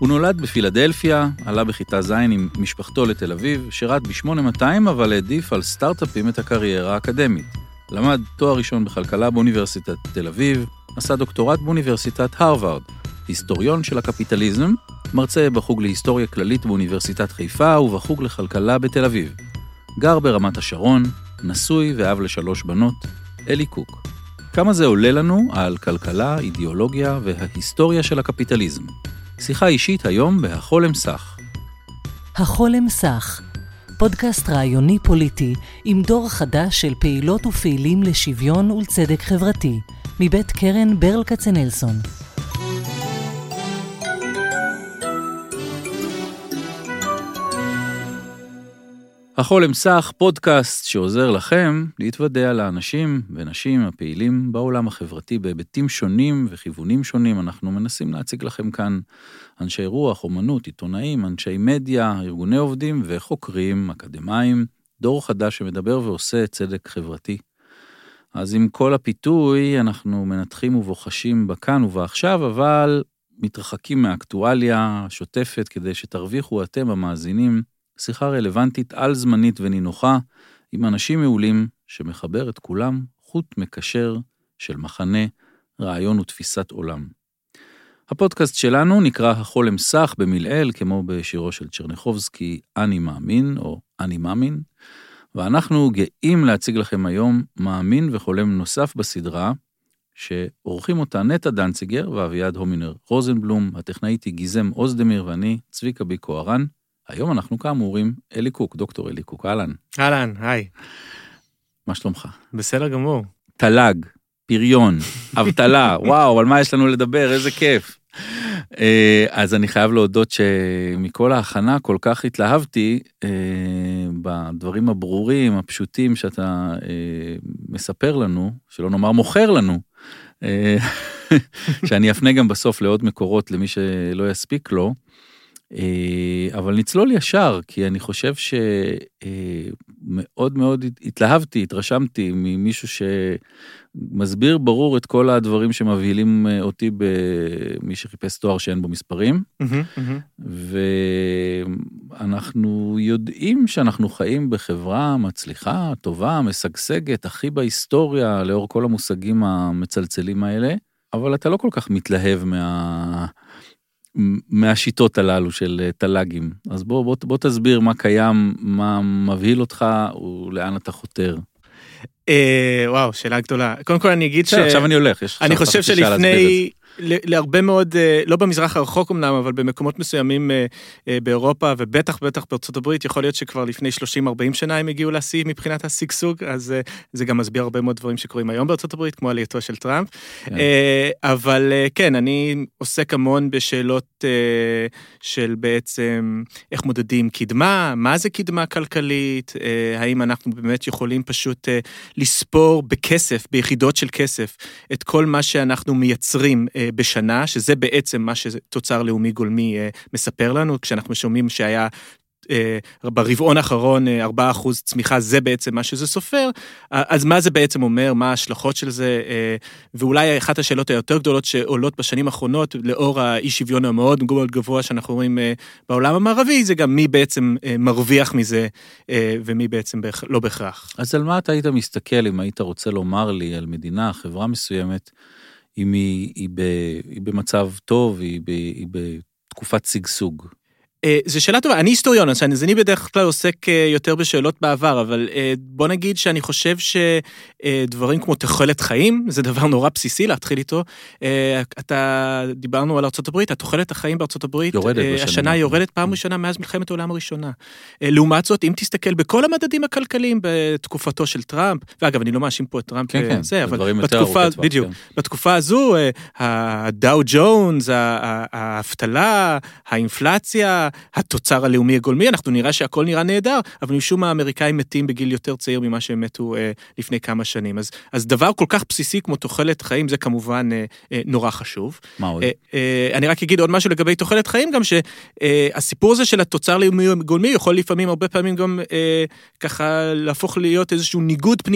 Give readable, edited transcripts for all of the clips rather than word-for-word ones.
הוא נולד בפילדלפיה, עלה בכיתה ז' עם משפחתו לתל אביב, שירת ב-8200, אבל העדיף על סטארט-אפים את הקריירה האקדמית. למד תואר ראשון בכלכלה באוניברסיטת תל אביב, עשה דוקטורט באוניברסיטת הרווארד, היסטוריון של הקפיטליזם, מרצה בחוג להיסטוריה כללית באוניברסיטת חיפה ובחוג לכלכלה בתל אביב. גר ברמת השרון, נשוי ואב ל3 בנות, אלי קוק. כמה זה עולה לנו על כלכלה, אידיאולוגיה וההיסטוריה של הקפיטליזם. שיחה אישית היום בהחולם סך. החולם סך, פודקאסט רעיוני פוליטי עם דור חדש של פעילות ופעילים לשוויון ולצדק חברתי, מבית קרן ברל כצנלסון. החולם סך, פודקאסט שעוזר לכם להתוודע לאנשים ונשים הפעילים בעולם החברתי בהיבטים שונים וכיוונים שונים. אנחנו מנסים להציג לכם כאן אנשי רוח, אומנות, עיתונאים, אנשי מדיה, ארגוני עובדים וחוקרים, אקדמיים, דור חדש שמדבר ועושה צדק חברתי. אז עם כל הפיתוי אנחנו מנתחים ובוחשים בכאן ובעכשיו, אבל מתרחקים מהאקטואליה השוטפת כדי שתרוויחו אתם המאזינים שיחה רלוונטית על זמנית ונינוחה עם אנשים מעולים שמחבר את כולם חוט מקשר של מחנה, רעיון ותפיסת עולם. הפודקאסט שלנו נקרא החולם סך במילאל, כמו בשירו של צ'רניחובסקי, אני מאמין או אני מאמין, ואנחנו גאים להציג לכם היום מאמין וחולם נוסף בסדרה, שעורכים אותה נטע דנציגר ואביעד הומינר רוזנבלום, הטכנאית היא גיזם אוזדמיר ואני צביקה ביקו הרן. היום אנחנו כאמורים אלי קוק, דוקטור אלי קוק, אהלן. אהלן, היי. מה שלומך? בסדר גמור. תל"ג, פריון, אבטלה, וואו, על מה יש לנו לדבר, איזה כיף. אז אני חייב להודות שמכל ההכנה כל כך התלהבתי, בדברים הברורים, הפשוטים שאתה מספר לנו, שלא נאמר מוכר לנו, שאני אפנה גם בסוף לעוד מקורות למי שלא יספיק לו, אבל נצלול ישר, כי אני חושב שמאוד מאוד התלהבתי, התרשמתי ממישהו שמסביר ברור את כל הדברים שמבהילים אותי במי שחיפש תואר שאין בו מספרים, ואנחנו יודעים שאנחנו חיים בחברה מצליחה, טובה, משגשגת, הכי בהיסטוריה, לאור כל המושגים המצלצלים האלה, אבל אתה לא כל כך מתלהב מהשיטות הללו של תל"גים. אז בוא תסביר מה קיים, מה מבהיל אותך ולאן אתה חותר. וואו, שאלה גדולה. קודם כל אני אגיד עכשיו אני הולך. אני חושב שלפני, להרבה מאוד, לא במזרח הרחוק אמנם, אבל במקומות מסוימים באירופה, ובטח בארצות הברית, יכול להיות שכבר לפני 30-40 שנה הם הגיעו להשיא מבחינת הסגסוג, אז זה גם מסביר הרבה מאוד דברים שקורים היום בארצות הברית, כמו עלייתו של טראמפ. אבל כן, אני עוסק המון בשאלות של בעצם איך מודדים קדמה, מה זה קדמה כלכלית, האם אנחנו באמת יכולים פשוט לספור בכסף, ביחידות של כסף, את כל מה שאנחנו מייצרים בשנה, שזה בעצם מה שתוצר לאומי גולמי מספר לנו, כשאנחנו שומעים שהיה ברבעון האחרון 4% צמיחה, זה בעצם מה שזה סופר, אז מה זה בעצם אומר, מה ההשלכות של זה, ואולי אחת השאלות היותר גדולות שעולות בשנים האחרונות, לאור האי שוויון המאוד מאוד גבוה שאנחנו רואים בעולם המערבי, זה גם מי בעצם מרוויח מזה, ומי בעצם לא בהכרח. אז על מה אתה היית מסתכל, אם היית רוצה לומר לי, על מדינה, חברה מסוימת, אם היא במצב טוב, היא בתקופת סגסוג? זו שאלה טובה, אני היסטוריון, אז אני בדרך כלל עוסק יותר בשאלות בעבר, אבל בוא נגיד שאני חושב שדברים כמו תוחלת חיים, זה דבר נורא בסיסי להתחיל איתו. דיברנו על ארצות הברית, התוחלת החיים בארצות הברית, השנה יורדת פעם ראשונה מאז מלחמת העולם הראשונה. לעומת זאת, אם תסתכל בכל המדדים הכלכליים בתקופתו של טראמפ, ואגב, אני לא מאשים פה את טראמפ, אבל בתקופה הזו, הדאו ג'ונס, האבטלה, האינפלציה, התוצר הלאומי הגולמי, אנחנו נראה שהכל נראה נהדר, אבל משום האמריקאים מתים בגיל יותר צעיר ממה שהם מתו לפני כמה שנים. אז דבר כל כך בסיסי כמו תוחלת חיים, זה כמובן נורא חשוב. מה עוד? אני רק אגיד עוד משהו לגבי תוחלת חיים, גם שהסיפור הזה של התוצר הלאומי הגולמי, יכול לפעמים, הרבה פעמים גם ככה להפוך להיות איזשהו ניגוד פנימי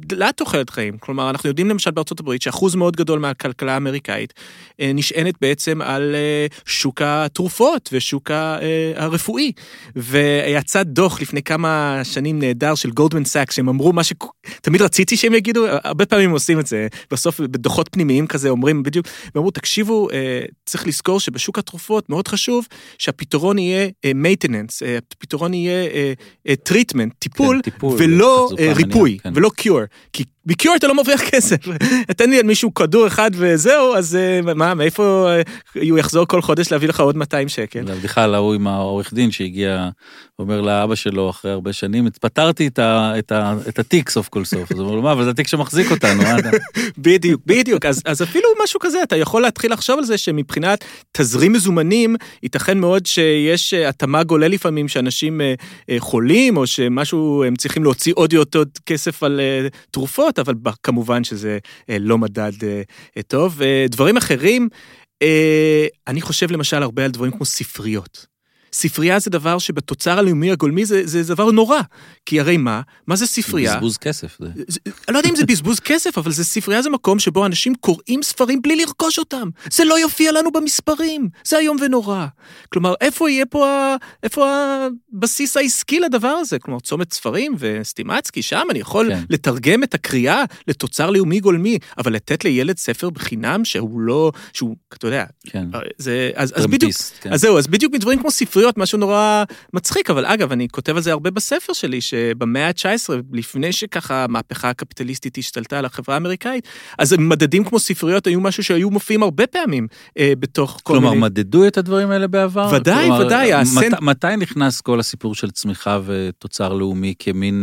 מגדלת תוחלת חיים. כלומר, אנחנו יודעים למשל בארצות הברית שאחוז מאוד גדול מהכלכלה האמריקאית נשענת בעצם על שוק התרופות ושוק הרפואי. ויצא דוח לפני כמה שנים נהדר של גולדמן סאקס, שהם אמרו מה שתמיד רציתי שהם יגידו, הרבה פעמים עושים את זה, בסוף בדוחות פנימיים כזה אומרים בדיוק, ואמרו, תקשיבו, צריך לזכור שבשוק התרופות מאוד חשוב שהפתרון יהיה maintenance, הפתרון יהיה treatment, טיפול, ולא ריפוי, ולא cure, כי בקיור אתה לא מרוויח כסף, תן לי על מישהו כדור אחד וזהו, אז מה, מאיפה הוא יחזור כל חודש להביא לך עוד 200 שקל? זה בדיחה להוא עם העורך דין שהגיע, אומר לאבא שלו אחרי הרבה שנים, התפטרתי את התיק סוף כל סוף, אז הוא אומר, מה, אבל זה התיק שמחזיק אותנו, בדיוק, אז אפילו משהו כזה, אתה יכול להתחיל לחשוב על זה שמבחינת תזרים מזומנים, ייתכן מאוד שיש התאמה גולה לפעמים שאנשים חולים, או שמשהו, הם צריכים להוציא עוד כסף על תרופות, אבל כמובן שזה לא מדד טוב. דברים אחרים, אני חושב למשל הרבה על דברים כמו ספריות. ספרייה זה דבר שבתוצר הלאומי הגולמי זה דבר נורא, כי הרי מה זה ספרייה? בזבוז כסף. אני לא יודע אם זה בזבוז כסף, אבל ספרייה זה מקום שבו אנשים קוראים ספרים בלי לרכוש אותם. זה לא יופיע לנו במספרים, זה היום ונורא. כלומר, איפה הבסיס העסקי לדבר הזה? כלומר, צומת ספרים וסטימצקי, שם אני יכול לתרגם את הקריאה לתוצר לאומי גולמי, אבל לתת לילד ספר בחינם שהוא, אתה יודע, אז בדיוק מדברים כמו ספריות, משהו נורא מצחיק, אבל אגב, אני כותב על זה הרבה בספר שלי, שבמאה ה-19, לפני שככה המהפכה הקפיטליסטית השתלטה על החברה האמריקאית, אז מדדים כמו ספריות היו משהו שהיו מופיעים הרבה פעמים בתוך כל מיני... כלומר, מדדו את הדברים האלה בעבר? ודאי. מתי נכנס כל הסיפור של צמיחה ותוצר לאומי כמין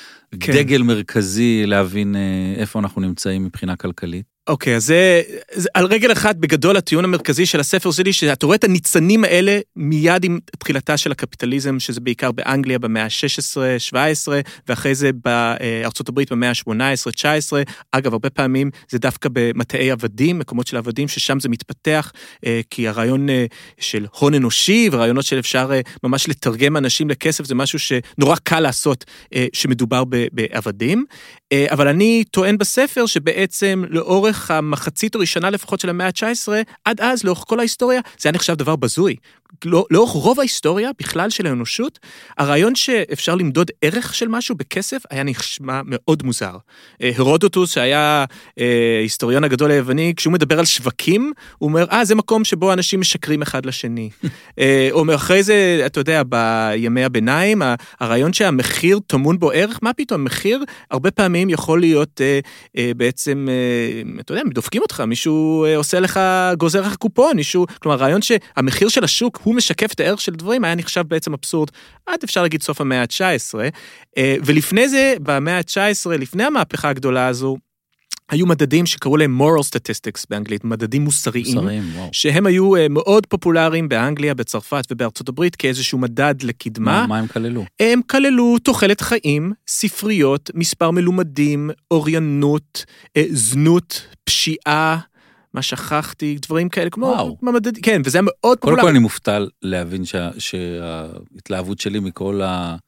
דגל מרכזי להבין איפה אנחנו נמצאים מבחינה כלכלית? אוקיי, אז זה על רגל אחד בגדול הטיעון המרכזי של הספר שלי, שאתה רואה את הניצנים האלה מיד עם תחילתה של הקפיטליזם, שזה בעיקר באנגליה במאה ה-16, 17, ואחרי זה בארצות הברית במאה ה-18, 19, אגב, הרבה פעמים זה דווקא במטעי עבדים, מקומות של עבדים, ששם זה מתפתח, כי הרעיון של הון אנושי, ורעיונות של אפשר ממש לתרגם אנשים לכסף, זה משהו שנורא קל לעשות, שמדובר בעבדים, אבל אני טוען בספר שבעצם לאורך המחצית הראשונה לפחות של המאה ה-19, עד אז, לאורך כל ההיסטוריה, זה היה נחשב דבר בזוי. לאורך רוב ההיסטוריה, בכלל של האנושות, הרעיון שאפשר למדוד ערך של משהו בכסף, היה נשמע מאוד מוזר. הרודוטוס, שהיה היסטוריון הגדול היווני, כשהוא מדבר על שווקים, הוא אומר, זה מקום שבו אנשים משקרים אחד לשני. הוא אומר, אחרי זה, אתה יודע, בימי הביניים, הרעיון שהמחיר טמון בו ערך, מה פתאום? מחיר הרבה פעמים יכול להיות בעצם, אתה יודע, דופקים אותך, מישהו עושה לך, גוזר לך קופון, כלומר, הרעיון שהמחיר של השוק הוא משקף את הערך של דברים, היה נחשב בעצם אבסורד, עד אפשר להגיד סוף המאה ה-19, ולפני זה, במאה ה-19, לפני המהפכה הגדולה הזו, היו מדדים שקראו להם moral statistics באנגלית, מדדים מוסריים, שהם היו מאוד פופולריים באנגליה, בצרפת ובארצות הברית, כאיזשהו מדד לקדמה. מה הם כללו? הם כללו תוחלת חיים, ספריות, מספר מלומדים, אוריינות, זנות, פשיעה, מה שכחתי, דברים כאלה, כמו מדדים, כן, וזה היה מאוד פופולרי. קודם כל אני מופתע להבין שההתלהבות שלי מכל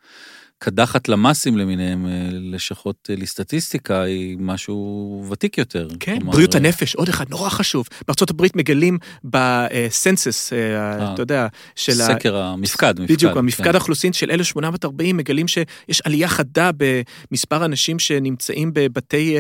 קדחת למסים למיניהם, לשכות לסטטיסטיקה, היא משהו ותיק יותר. כן, בריאות הנפש, עוד אחד נורא חשוב. בארצות הברית מגלים בסנסס, אתה יודע, של סקר המפקד. בדיוק, המפקד האוכלוסין של 1840, מגלים שיש עלייה חדה במספר אנשים שנמצאים בבתי...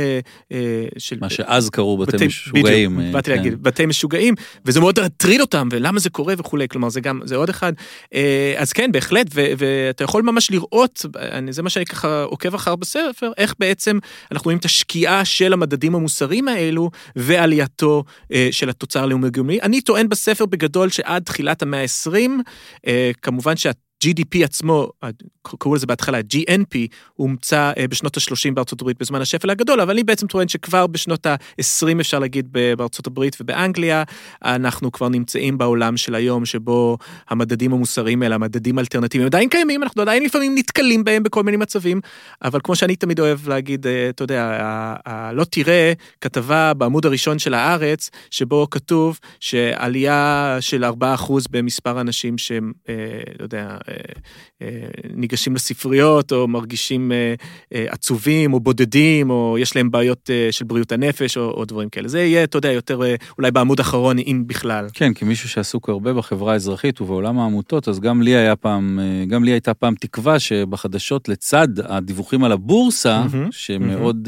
מה שאז קראו בתי משוגעים. בדיוק, באתי להגיד, בתי משוגעים, וזה מאוד הטריד אותם, ולמה זה קורה וכו', כלומר, זה עוד אחד. אז כן, בהחלט, ואתה יכול ממש לראות זה מה שאני ככה עוקב אחר בספר, איך בעצם אנחנו רואים את השקיעה של המדדים המוסריים האלו, ועלייתו של התוצר הלאומי גולמי. אני טוען בספר בגדול שעד תחילת המאה ה-20, כמובן GDP עצמו, קראו לזה בהתחלה, GNP, הוא הומצא בשנות ה-30 בארצות הברית בזמן השפל הגדול, אבל אני בעצם טוען שכבר בשנות ה-20 אפשר להגיד בארצות הברית ובאנגליה, אנחנו כבר נמצאים בעולם של היום, שבו המדדים המוסריים האלה, המדדים אלטרנטיביים, עדיין קיימים, אנחנו עדיין לפעמים נתקלים בהם בכל מיני מצבים, אבל כמו שאני תמיד אוהב להגיד, אתה יודע, לא תראה כתבה בעמוד הראשון של הארץ, שבו כתוב שעלייה של 4% במספר אנשים שהם, לא יודע, ניגשים לספריות, או מרגישים עצובים, או בודדים, או יש להם בעיות של בריאות הנפש, או דברים כאלה. זה יהיה, אתה יודע, יותר אולי בעמוד האחרון, אם בכלל. כן, כי מישהו שעסוק הרבה בחברה האזרחית ובעולם העמותות, אז גם לי הייתה פעם תקווה שבחדשות לצד הדיווחים על הבורסה, שמאוד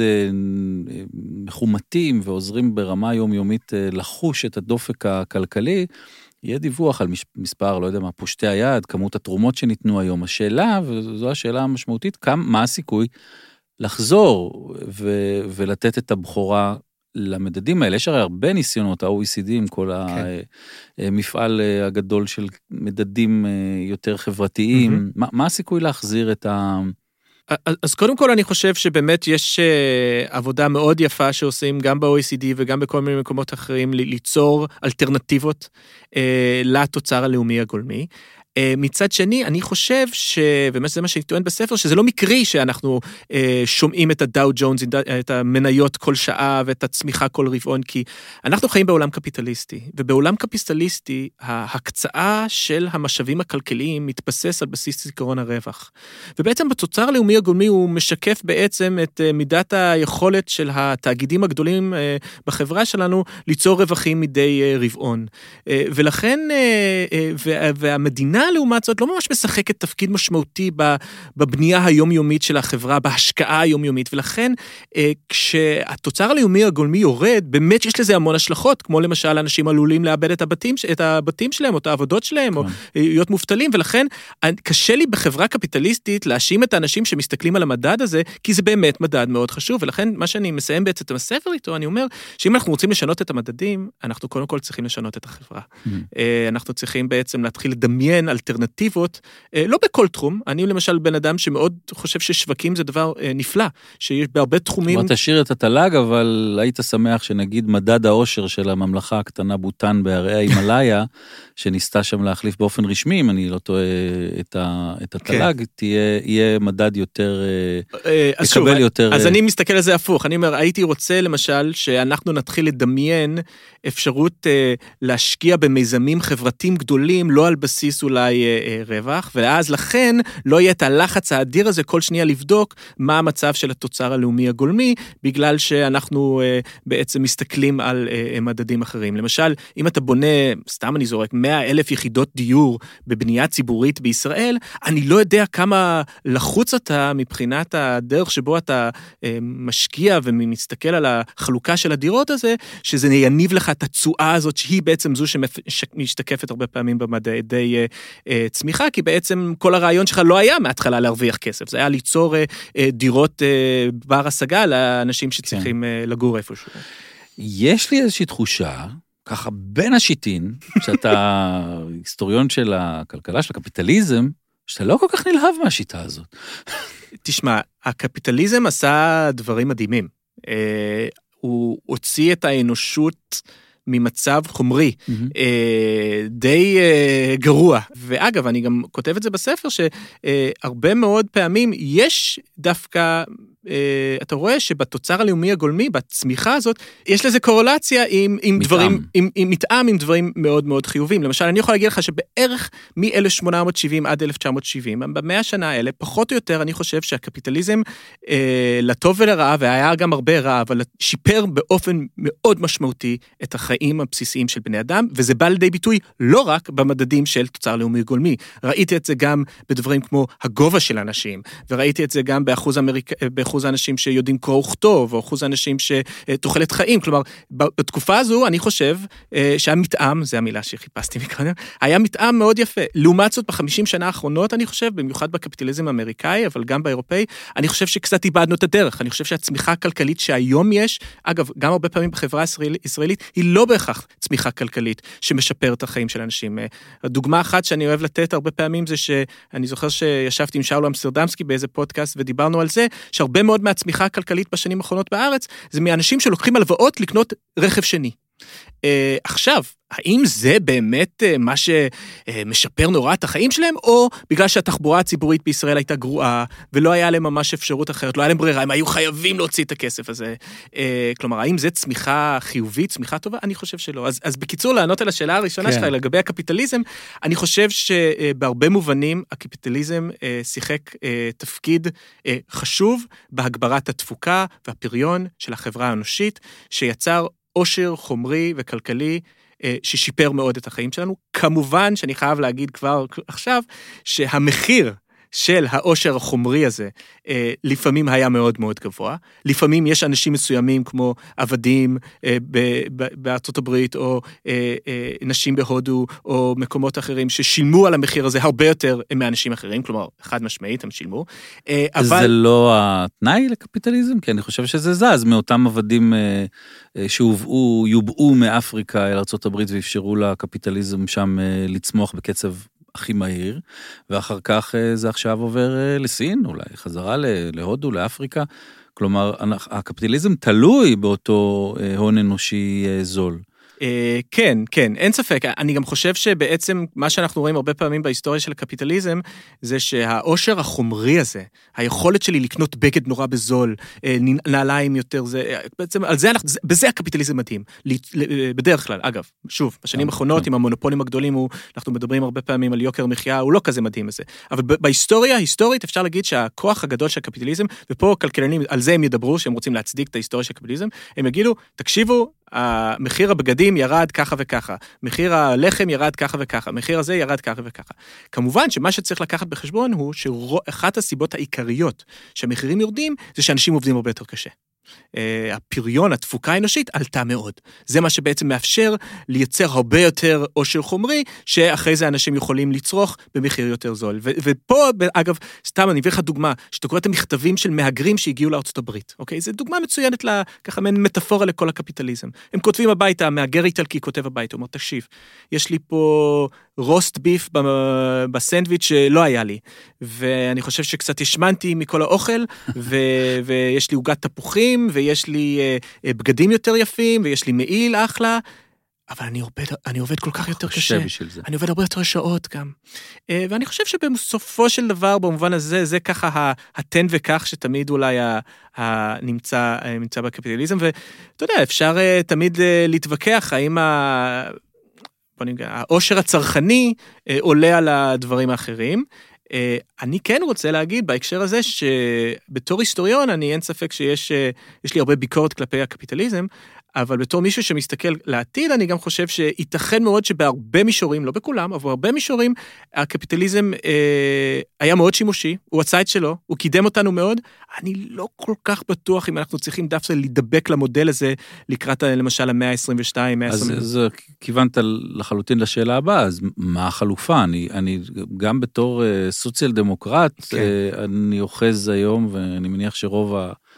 מחומתים ועוזרים ברמה יומיומית לחוש את הדופק הכלכלי, יהיה דיווח על מספר, לא יודע מה, פושטי היד, כמות התרומות שניתנו היום. השאלה, וזו השאלה המשמעותית, מה הסיכוי לחזור ולתת את הבכורה למדדים האלה? יש הרי הרבה ניסיונות, ה-OECD עם כל המפעל הגדול של מדדים יותר חברתיים. מה הסיכוי להחזיר את אז קודם כל אני חושב שבאמת יש עבודה מאוד יפה שעושים גם ב-OECD וגם בכל מיני מקומות אחרים ליצור אלטרנטיבות לתוצר הלאומי הגולמי. מצד שני, אני חושב ובאמת זה מה שאני טוען בספר, שזה לא מקרי שאנחנו שומעים את הדאו ג'ונס, את המניות כל שעה ואת הצמיחה כל רבעון, כי אנחנו חיים בעולם קפיטליסטי, ובעולם קפיטליסטי ההקצאה של המשאבים הכלכליים מתבסס על בסיס זיכרון הרווח. ובעצם בתוצר הלאומי הגולמי הוא משקף בעצם את מידת היכולת של התאגידים הגדולים בחברה שלנו ליצור רווחים מדי רבעון. ולכן, והמדינה לעומת זאת לא ממש משחקת תפקיד משמעותי בבנייה היומיומית של החברה, בהשקעה היומיומית, ולכן כשהתוצר הלאומי הגולמי יורד, באמת יש לזה המון השלכות, כמו למשל אנשים עלולים לאבד את הבתים שלהם, או את העבודות שלהם, או להיות מובטלים, ולכן קשה לי בחברה קפיטליסטית להאשים את האנשים שמסתכלים על המדד הזה, כי זה באמת מדד מאוד חשוב, ולכן מה שאני מסיים בעצם את הספר איתו, אני אומר שאם אנחנו רוצים לשנות את המדדים, אנחנו קודם כל צריכים לשנות את החברה. אנחנו צריכים בעצם להתחיל לדמיין אלטרנטיבות, לא בכל תחום, אני למשל בן אדם שמאוד חושב ששווקים זה דבר נפלא, שיש בהרבה תחומים... כבר תשאיר את התל"ג, אבל היית שמח שנגיד מדד העושר של הממלכה הקטנה בוטן בהרי ההימאליה, שניסתה שם להחליף באופן רשמי, אם אני לא טועה את התל"ג, יהיה מדד יותר, יקבל יותר... אז אני מסתכל על זה הפוך, אני אומר, הייתי רוצה למשל שאנחנו נתחיל לדמיין אפשרות להשקיע במיזמים חברתיים גדולים, לא על בסיס אולי רווח, ואז לכן לא יהיה את הלחץ האדיר הזה כל שנייה לבדוק מה המצב של התוצר הלאומי הגולמי, בגלל שאנחנו בעצם מסתכלים על מדדים אחרים. למשל, אם אתה בונה, סתם אני זורק, 100,000 יחידות דיור בבנייה ציבורית בישראל, אני לא יודע כמה לחוץ אתה מבחינת הדרך שבו אתה משקיע ומסתכל על החלוקה של הדירות הזה, שזה יניב לך את התשואה הזאת, שהיא בעצם זו שמשתקפת הרבה פעמים במדדי צמיחה, כי בעצם כל הרעיון שלך לא היה מההתחלה להרוויח כסף, זה היה ליצור דירות בר השגה לאנשים שצריכים לגור איפשהו. יש לי איזושהי תחושה, ככה בין השיטין, שאתה היסטוריון של הכלכלה, של הקפיטליזם, שאתה לא כל כך נלהב מהשיטה הזאת. תשמע, הקפיטליזם עשה דברים מדהימים. הוא הוציא את האנושות ממצב חומרי, די גרוע. ואגב, אני גם כותב את זה בספר, שהרבה מאוד פעמים יש דווקא, אתה רואה שבתוצר הלאומי הגולמי, בצמיחה הזאת, יש לזה קורולציה עם דברים, עם מתאם עם דברים מאוד מאוד חיובים. למשל, אני יכול להגיד לך שבערך מ-1870 עד 1970, במאה השנה האלה, פחות או יותר אני חושב שהקפיטליזם לטוב ולרעה, והיה גם הרבה רע, אבל שיפר באופן מאוד משמעותי את החיים הבסיסיים של בני אדם, וזה בא לידי ביטוי לא רק במדדים של תוצר לאומי גולמי. ראיתי את זה גם בדברים כמו הגובה של אנשים, וראיתי את זה גם באחוז האנשים שיודעים קרוא וכתוב, או אחוז האנשים שתוחלת חיים. כלומר, בתקופה הזו אני חושב שהיה מתאם, זו המילה שחיפשתי מקודם, היה מתאם מאוד יפה. לעומת זאת, ב50 שנה האחרונות, אני חושב, במיוחד בקפיטליזם האמריקאי, אבל גם באירופאי, אני חושב שקצת איבדנו את הדרך. אני חושב שהצמיחה הכלכלית שהיום יש, אגב, גם הרבה פעמים בחברה הישראלית, היא לא בהכרח צמיחה כלכלית שמשפר את החיים של אנשים. הדוגמה אחת שאני אוהב לתת הרבה פעמים זה שאני זוכר שישבתי עם שאול אמסטרדמסקי באיזה פודקאסט ודיברנו על זה, שהרבה מאוד מהצמיחה הכלכלית בשנים האחרונות בארץ, זה מאנשים שלוקחים הלוואות לקנות רכב שני. עכשיו, האם זה באמת מה שמשפר נורא את החיים שלהם, או בגלל שהתחבורה הציבורית בישראל הייתה גרועה, ולא היה להם ממש אפשרות אחרת, לא היה להם ברירה, הם היו חייבים להוציא את הכסף הזה. כלומר, האם זה צמיחה חיובית, צמיחה טובה? אני חושב שלא. אז בקיצור, לענות על השאלה הראשונה שלך, לגבי הקפיטליזם, אני חושב שבהרבה מובנים, הקפיטליזם שיחק תפקיד חשוב בהגברת התפוקה והפריון של החברה האנושית, שיצר עושר חומרי וכלכלי, ששיפר מאוד את החיים שלנו. כמובן שאני חייב להגיד כבר עכשיו, שהמחיר של העושר החומרי הזה, לפעמים היה מאוד מאוד גבוה. לפעמים יש אנשים מסוימים כמו עבדים בארצות הברית, או נשים בהודו, או מקומות אחרים, ששילמו על המחיר הזה הרבה יותר מאנשים אחרים, כלומר, חד משמעית הם שילמו. זה לא התנאי לקפיטליזם? כי אני חושב שזה זז מאותם עבדים יובאו מאפריקה אל ארצות הברית, ואפשרו לקפיטליזם שם לצמוח בקצב הכי מהיר, ואחר כך זה עכשיו עובר לסין, אולי חזרה להודו, לאפריקה. כלומר, הקפיטליזם תלוי באותו הון אנושי זול. כן, כן, אין ספק. אני גם חושב שבעצם מה שאנחנו רואים הרבה פעמים בהיסטוריה של הקפיטליזם, זה שהעושר החומרי הזה, היכולת שלי לקנות בגד נורא בזול, נעליים יותר, בעצם על זה, בזה הקפיטליזם מדהים. בדרך כלל, אגב, שוב, בשנים האחרונות עם המונופולים הגדולים, אנחנו מדברים הרבה פעמים על יוקר מחיה, הוא לא כזה מדהים לזה. אבל בהיסטוריה, היסטורית, אפשר להגיד שהכוח הגדול של הקפיטליזם, ופה כלכלנים, על זה הם ידברו, שהם רוצים להצדיק את ההיסטוריה של הקפיטליזם, הם יגידו, תקשיבו, המחיר הבגדים ירד ככה וככה, מחיר הלחם ירד ככה וככה, מחיר הזה ירד ככה וככה. כמובן שמה שצריך לקחת בחשבון הוא שאחת הסיבות העיקריות שהמחירים יורדים, זה שאנשים עובדים הרבה יותר קשה. הפריון, התפוקה האנושית עלתה מאוד. זה מה שבעצם מאפשר לייצר הרבה יותר עושר חומרי, שאחרי זה אנשים יכולים לצרוך במחיר יותר זול. ופה, אגב, סתם אני אביא לך דוגמה, שאתה קורא את המכתבים של מהגרים שהגיעו לארצות הברית. אוקיי? זו דוגמה מצוינת ככה מעין מטאפורה לכל הקפיטליזם. הם כותבים הביתה, המהגר איטלקי כותב הביתה, הוא אומר, תקשיב, יש לי פה רוסט ביף בסנדוויץ' שלא היה לי, ואני חושב שקצת השמנתי מכל האוכל, ויש לי עוגת תפוחים, ויש לי בגדים יותר יפים, ויש לי מעיל אחלה, אבל אני עובד כל כך יותר קשה. אני עובד הרבה יותר שעות גם. ואני חושב שבסופו של דבר, במובן הזה, זה ככה התן וכך, שתמיד אולי נמצא בקפיטליזם, ואתה יודע, אפשר תמיד להתווכח, האם העושר הצרכני עולה על הדברים האחרים. אני כן רוצה להגיד בהקשר הזה שבתור היסטוריון אני אין ספק שיש לי הרבה ביקורת כלפי הקפיטליזם, אבל בתור מישהו שמסתכל לעתיד, אני גם חושב שייתכן מאוד שבהרבה מישורים, לא בכולם, אבל בהרבה מישורים, הקפיטליזם היה מאוד שימושי, הוא עשה את שלו, הוא קידם אותנו מאוד, אני לא כל כך בטוח אם אנחנו צריכים דווקא להידבק למודל הזה, לקראת למשל המאה ה-22, אז כיוונת לחלוטין לשאלה הבאה, אז מה החלופה? אני גם בתור סוציאל דמוקרט, אני אוחז היום, ואני מניח שרוב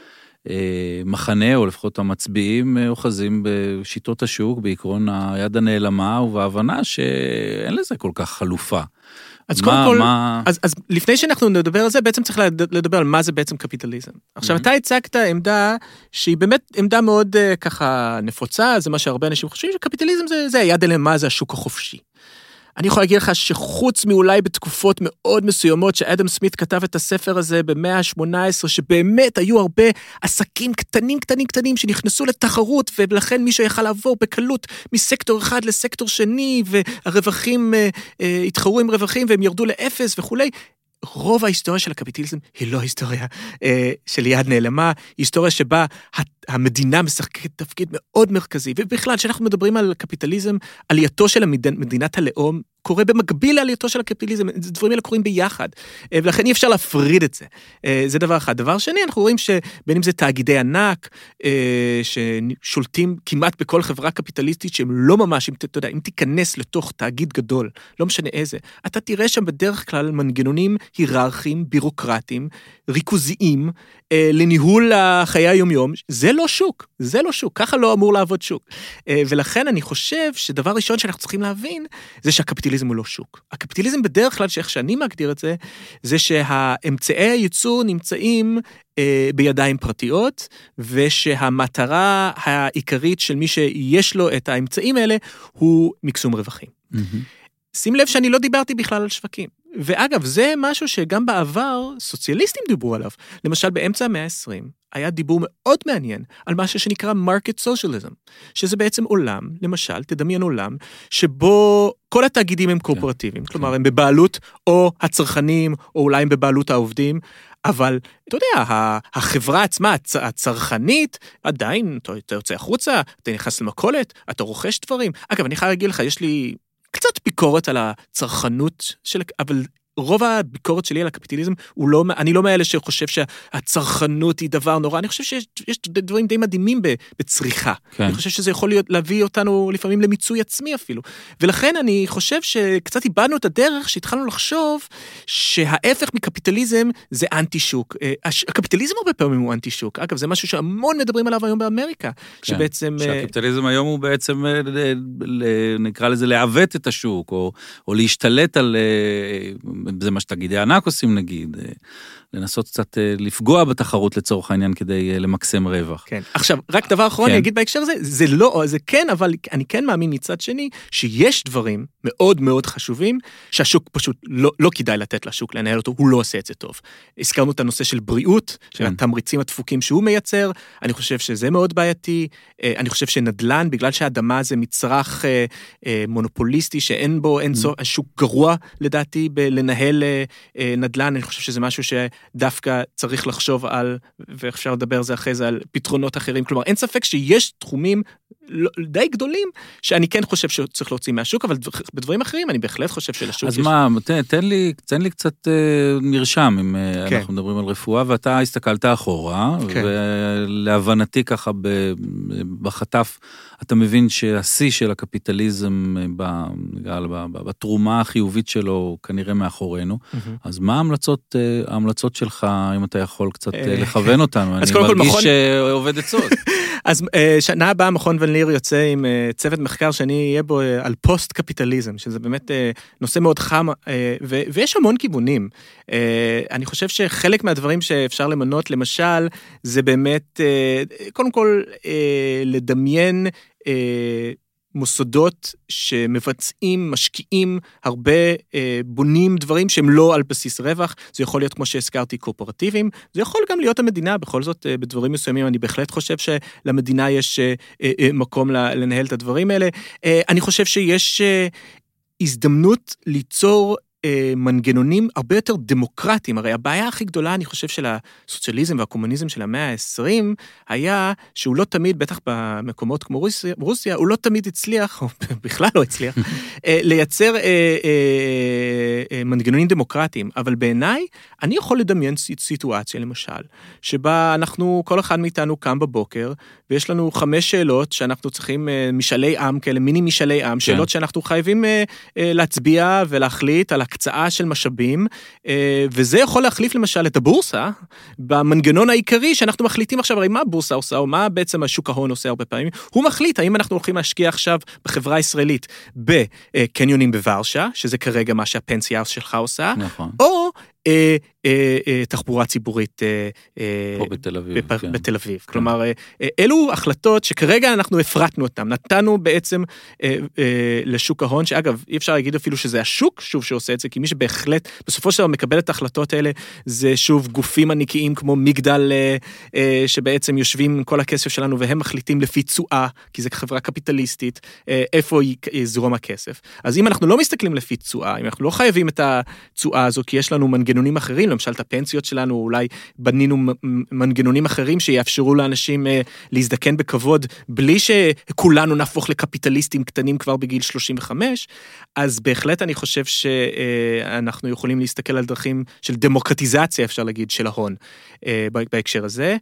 מחנה, או לפחות המצביעים, אוחזים בשיטות השוק, בעקרון היד הנעלמה, ובהבנה שאין לזה כל כך חלופה. אז קודם כל, אז לפני שאנחנו נדבר על זה, בעצם צריך לדבר על מה זה בעצם קפיטליזם. עכשיו, אתה הצגת עמדה שהיא באמת עמדה מאוד ככה נפוצה, זה מה שהרבה אנשים חושבים, שקפיטליזם זה היד הנעלמה, זה השוק החופשי. אני יכול להגיד לך שחוץ מאולי בתקופות מאוד מסוימות, שאדם סמית כתב את הספר הזה במאה ה-18, שבאמת היו הרבה עסקים קטנים שנכנסו לתחרות, ולכן מישהו יכל לעבור בקלות מסקטור אחד לסקטור שני, והרווחים התחרו עם רווחים, והם ירדו לאפס וכולי. רוב ההיסטוריה של הקפיטליזם היא לא היסטוריה של יד נעלמה, היסטוריה שבה המדינה משחקת תפקיד מאוד מרכזי, ובכלל, כשאנחנו מדברים על קפיטליזם, עלייתו של מדינת הלאום, קורה במקביל לעלייתו של הקפיטליזם, דברים האלה קורים ביחד, ולכן אי אפשר להפריד את זה. זה דבר אחד. דבר שני, אנחנו רואים שבין אם זה תאגידי ענק, ששולטים כמעט בכל חברה קפיטליסטית, שהם לא ממש, אתה יודע, אם תיכנס לתוך תאגיד גדול, לא משנה איזה, אתה תראה שם בדרך כלל מנגנונים היררכיים, בירוקרטיים, ריכוזיים, לניהול החיי היומיום. זה לא שוק, ככה לא אמור לעבוד שוק. ולכן אני חושב שדבר ראשון שאנחנו צריכים להבין, זה שהקפיטליזם הקפיטליזם הוא לא שוק. הקפיטליזם בדרך כלל, שאיך שאני מגדיר את זה, זה שהאמצעי הייצור נמצאים בידיים פרטיות, ושהמטרה העיקרית של מי שיש לו את האמצעים האלה, הוא מקסום רווחים. שים לב שאני לא דיברתי בכלל על שווקים. ואגב, זה משהו שגם בעבר סוציאליסטים דיברו עליו. למשל, באמצע המאה ה-20, היה דיבור מאוד מעניין על משהו שנקרא market socialism, שזה בעצם עולם, למשל, תדמיין עולם, שבו כל התאגידים הם קואופרטיביים, כלומר, הם בבעלות או הצרכנים, או אולי הם בבעלות העובדים, אבל, אתה יודע, החברה עצמה, הצרכנית, עדיין, אתה יוצא החוצה, אתה נכנס למכולת, אתה רוכש דברים. אגב, אני חייב להגיד לך, יש לי קצת ביקורת על הצרכנות אבל רוב הביקורת שלי על הקפיטליזם, אני לא מאלה שחושב שהצרכנות היא דבר נורא, אני חושב שיש דברים די מדהימים בצריכה. כן. אני חושב שזה יכול להביא אותנו לפעמים למיצוי עצמי אפילו. ולכן אני חושב שקצת איבדנו את הדרך שהתחלנו לחשוב שההפך מקפיטליזם זה אנטי שוק. הקפיטליזם הרבה פעמים הוא אנטי שוק. אגב, זה משהו שהמון מדברים עליו היום באמריקה. כן. שבעצם שהקפיטליזם היום הוא בעצם, נקרא לזה, לעוות את השוק, או להשתלט על זה מה שתגידי ענק עושים נגיד, לנסות קצת לפגוע בתחרות לצורך העניין כדי למקסם רווח. כן. עכשיו, רק דבר אחרון, אני אגיד בהקשר הזה, זה לא, זה כן, אבל אני כן מאמין מצד שני, שיש דברים מאוד מאוד חשובים, שהשוק פשוט לא כדאי לתת לשוק לנהל אותו, הוא לא עושה את זה טוב. הזכרנו את הנושא של בריאות, של התמריצים הדפוקים שהוא מייצר, אני חושב שזה מאוד בעייתי, אני חושב שנדל"ן, בגלל שהאדמה זה מצרך מונופוליסטי, שאין בו, השוק גרוע לדעתי בלנהל נדל"ן, אני חושב שזה משהו דווקא צריך לחשוב על, ואפשר לדבר על זה אחרי זה, על פתרונות אחרים, כלומר, אין ספק שיש תחומים די גדולים, שאני כן חושב שצריך להוציא מהשוק, אבל בדברים אחרים אני בהחלט חושב שלשוק אז מה, תן לי קצת מרשם, אם אנחנו מדברים על רפואה, ואתה הסתכלת אחורה, ולהבנתי ככה בחטף, אתה מבין שהשיא של הקפיטליזם בתרומה החיובית שלו כנראה מאחורינו, אז מה ההמלצות שלך, אם אתה יכול קצת לכוון אותנו? אני מרגיש שעובד עצות. אז שנה הבאה מכון ון ליר יוצא עם צוות מחקר שאני אהיה בו על פוסט-קפיטליזם, שזה באמת נושא מאוד חם, ויש המון כיוונים. אני חושב שחלק מהדברים שאפשר למנות, למשל, זה באמת, קודם כל, לדמיין מוסדות שמבצעים, משקיעים, הרבה בונים דברים שהם לא על בסיס רווח, זה יכול להיות כמו שהזכרתי קואופרטיביים, זה יכול גם להיות המדינה, בכל זאת בדברים מסוימים אני בהחלט חושב שלמדינה יש מקום לנהל את הדברים האלה, אני חושב שיש הזדמנות ליצור מנגנונים הרבה יותר דמוקרטיים, הרי הבעיה הכי גדולה, אני חושב, של הסוציאליזם והקומוניזם של המאה ה-20, היה שהוא לא תמיד, בטח במקומות כמו רוסיה, הוא לא תמיד הצליח, או בכלל לא הצליח, לייצר מנגנונים דמוקרטיים, אבל בעיניי, אני יכול לדמיין סיטואציה, למשל, שבה אנחנו, כל אחד מאיתנו קם בבוקר, ויש לנו 5 שאלות שאנחנו צריכים, משאלי עם כאלה, מיני משאלי עם, שאלות שאנחנו חייבים להצביע ולהחליט על הקצאה של משאבים, וזה יכול להחליף למשל את הבורסה, במנגנון העיקרי שאנחנו מחליטים עכשיו, הרי מה הבורסה עושה, או מה בעצם השוק ההון עושה הרבה פעמים, הוא מחליט האם אנחנו הולכים להשקיע עכשיו בחברה הישראלית, בקניונים בוורשה, שזה כרגע מה שהפנסיה שלך עושה, נכון. או תחבורה ציבורית פה בתל אביב. בתל אביב. כלומר, אלו החלטות שכרגע אנחנו הפרטנו אותם, נתנו בעצם לשוק ההון, שאגב, אי אפשר להגיד אפילו שזה השוק שוב שעושה את זה, כי מי שבהחלט בסופו של דבר מקבל את ההחלטות האלה, זה שוב גופים ענקיים כמו מגדל, שבעצם יושבים עם כל הכסף שלנו, והם מחליטים לפי תשואה, כי זה חברה קפיטליסטית, איפה יזרום הכסף. אז אם אנחנו לא מסתכלים לפי תשואה, אם אנחנו לא חייבים את התשואה הזו, כי יש לנו מנגנונים אחרים, למשל את הפנסיות שלנו, אולי בנינו מנגנונים אחרים שיאפשרו לאנשים להזדקן בכבוד, בלי שכולנו נהפוך לקפיטליסטים קטנים כבר בגיל 35, אז בהחלט אני חושב שאנחנו יכולים להסתכל על דרכים של דמוקרטיזציה, אפשר להגיד, של ההון בהקשר הזה.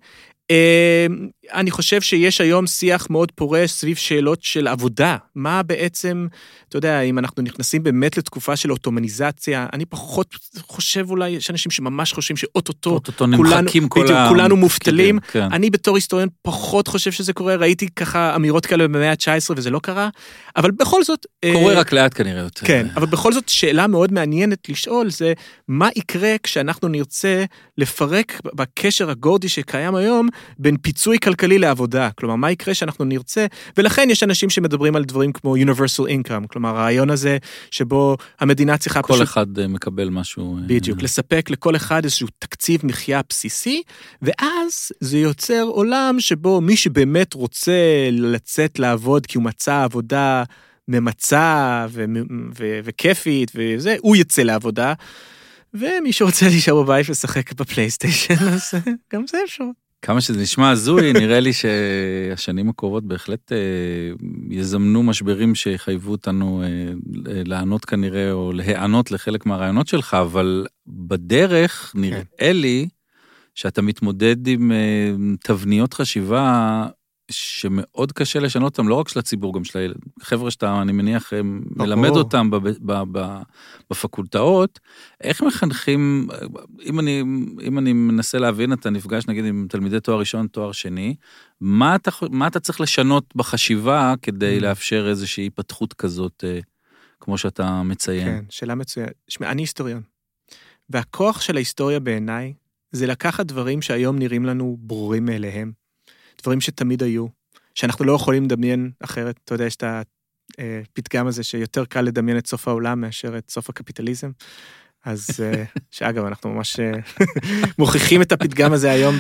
אני חושב שיש היום שיח מאוד פורש סביב שאלות של עבודה. מה בעצם, אתה יודע, אם אנחנו נכנסים באמת לתקופה של אוטומניזציה, אני פחות חושב אולי, יש אנשים שממש חושבים שאוטוטו כולנו מובטלים. כן. אני בתור היסטוריון פחות חושב שזה קורה, ראיתי ככה אמירות כאלה במאה ה-19 וזה לא קרה, אבל בכל זאת... קורה רק לאט כנראה יותר. כן, אבל בכל זאת שאלה מאוד מעניינת לשאול זה, מה יקרה כשאנחנו נרצה לפרק בקשר הגורדי שקיים היום, בין פיצוי כלכלי לעבודה, כלומר, מה יקרה שאנחנו נרצה, ולכן יש אנשים שמדברים על דברים כמו universal income, כלומר, הרעיון הזה שבו המדינה צריכה כל אחד מקבל משהו... בדיוק, לספק לכל אחד איזשהו תקציב מחיה בסיסי, ואז זה יוצר עולם שבו מי שבאמת רוצה לצאת לעבוד, כי הוא מצא עבודה ממצה וכיפית וזה, הוא יצא לעבודה, ומי שרוצה להישאר בבית ושחק בפלייסטיישן, אז גם זה אפשר. כמה שזה נשמע הזוי, נראה לי שהשנים הקרובות בהחלט יזמנו משברים שיחייבו אותנו לענות כנראה, או להיענות לחלק מהרעיונות שלך, אבל בדרך נראה לי שאתה מתמודד עם תבניות חשיבה שמאוד קשה לשנות אותם, לא רק של הציבור, גם של החבר'ה שאתה, אני מניח, מלמד אותם בפקולטאות, איך מחנכים, אם אני מנסה להבין, אתה נפגש, נגיד, עם תלמידי תואר ראשון, תואר שני, מה אתה צריך לשנות בחשיבה, כדי לאפשר איזושהי התפתחות כזאת, כמו שאתה מציין? כן, שאלה מצוינת. אני היסטוריון, והכוח של ההיסטוריה בעיניי, זה לקחת דברים שהיום נראים לנו ברורים מאליהם, דברים שתמיד היו, שאנחנו לא יכולים לדמיין אחרת. אתה יודע, יש את הפתגם הזה שיותר קל לדמיין את סוף העולם מאשר את סוף הקפיטליזם. אז שאגב, אנחנו ממש מוכיחים את הפתגם הזה היום.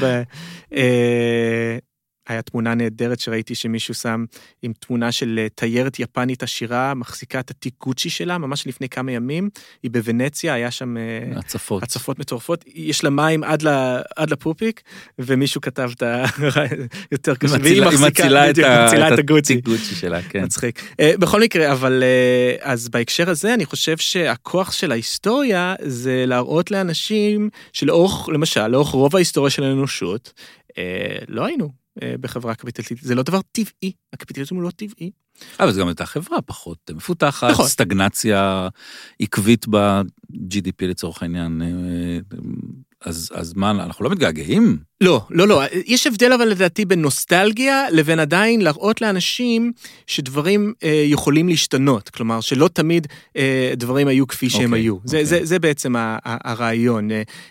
היה תמונה נהדרת שראיתי שמישהו שם עם תמונה של תיירת יפנית עשירה, מחזיקה את התיק גוצ'י שלה, ממש לפני כמה ימים, היא בוונציה, היה שם הצפות מטורפות, יש לה מים עד לפופיק, ומישהו כתב את יותר קשה, והיא מצילה את הגוצ'י שלה, כן. מצחיק. בכל מקרה, אבל אז בהקשר הזה, אני חושב שהכוח של ההיסטוריה, זה להראות לאנשים שלאורך, למשל, לאורך רוב ההיסטוריה של האנושות, לא היינו בחברה קפיטליסטית, זה לא דבר טבעי, הקפיטליזם הוא לא טבעי. אבל זה גם הייתה חברה פחות מפותחת, סטגנציה עקבית ב-GDP לצורך העניין, אז מה, אנחנו לא מתגעגעים? לא, יש הבדל אבל לדעתי בין נוסטלגיה, לבין עדיין להראות לאנשים שדברים יכולים להשתנות, כלומר שלא תמיד דברים היו כפי שהם היו. זה בעצם הרעיון,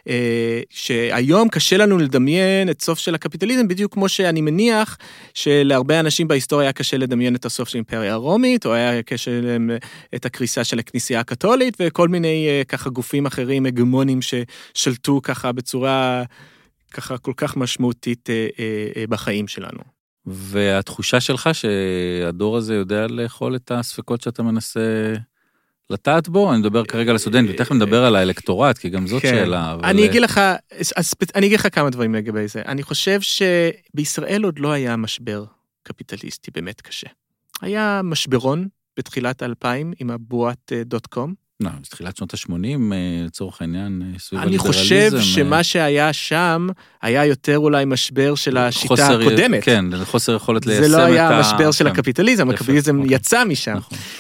שהיום קשה לנו לדמיין את סוף של הקפיטליזם, בדיוק כמו שאני מניח שלהרבה אנשים בהיסטוריה היה קשה לדמיין את הסוף של האימפריה הרומית, או היה קשה להם את הקריסה של הכנסייה הקתולית, וכל מיני ככה גופים אחרים, הגמונים ששלטו ככה בצורה ככה כל כך משמעותית בחיים שלנו. והתחושה שלך שהדור הזה יודע לאכול את הספקות שאתה מנסה לטעת בו? אני מדבר כרגע על הסטודנט, ותכף נדבר על האלקטורט, כי גם זאת שאלה. אני אגיד לך כמה דברים לגבי זה. אני חושב שבישראל עוד לא היה משבר קפיטליסטי באמת קשה. היה משברון בתחילת 2000 עם הבועת .com. לא, בתחילת שנות ה-80, לצורך העניין, סביב הליברליזם. אני חושב שמה שהיה שם, היה יותר אולי משבר של השיטה הקודמת. כן, חוסר יכולת ליישם את זה לא היה משבר של הקפיטליזם, הקפיטליזם יצא משם.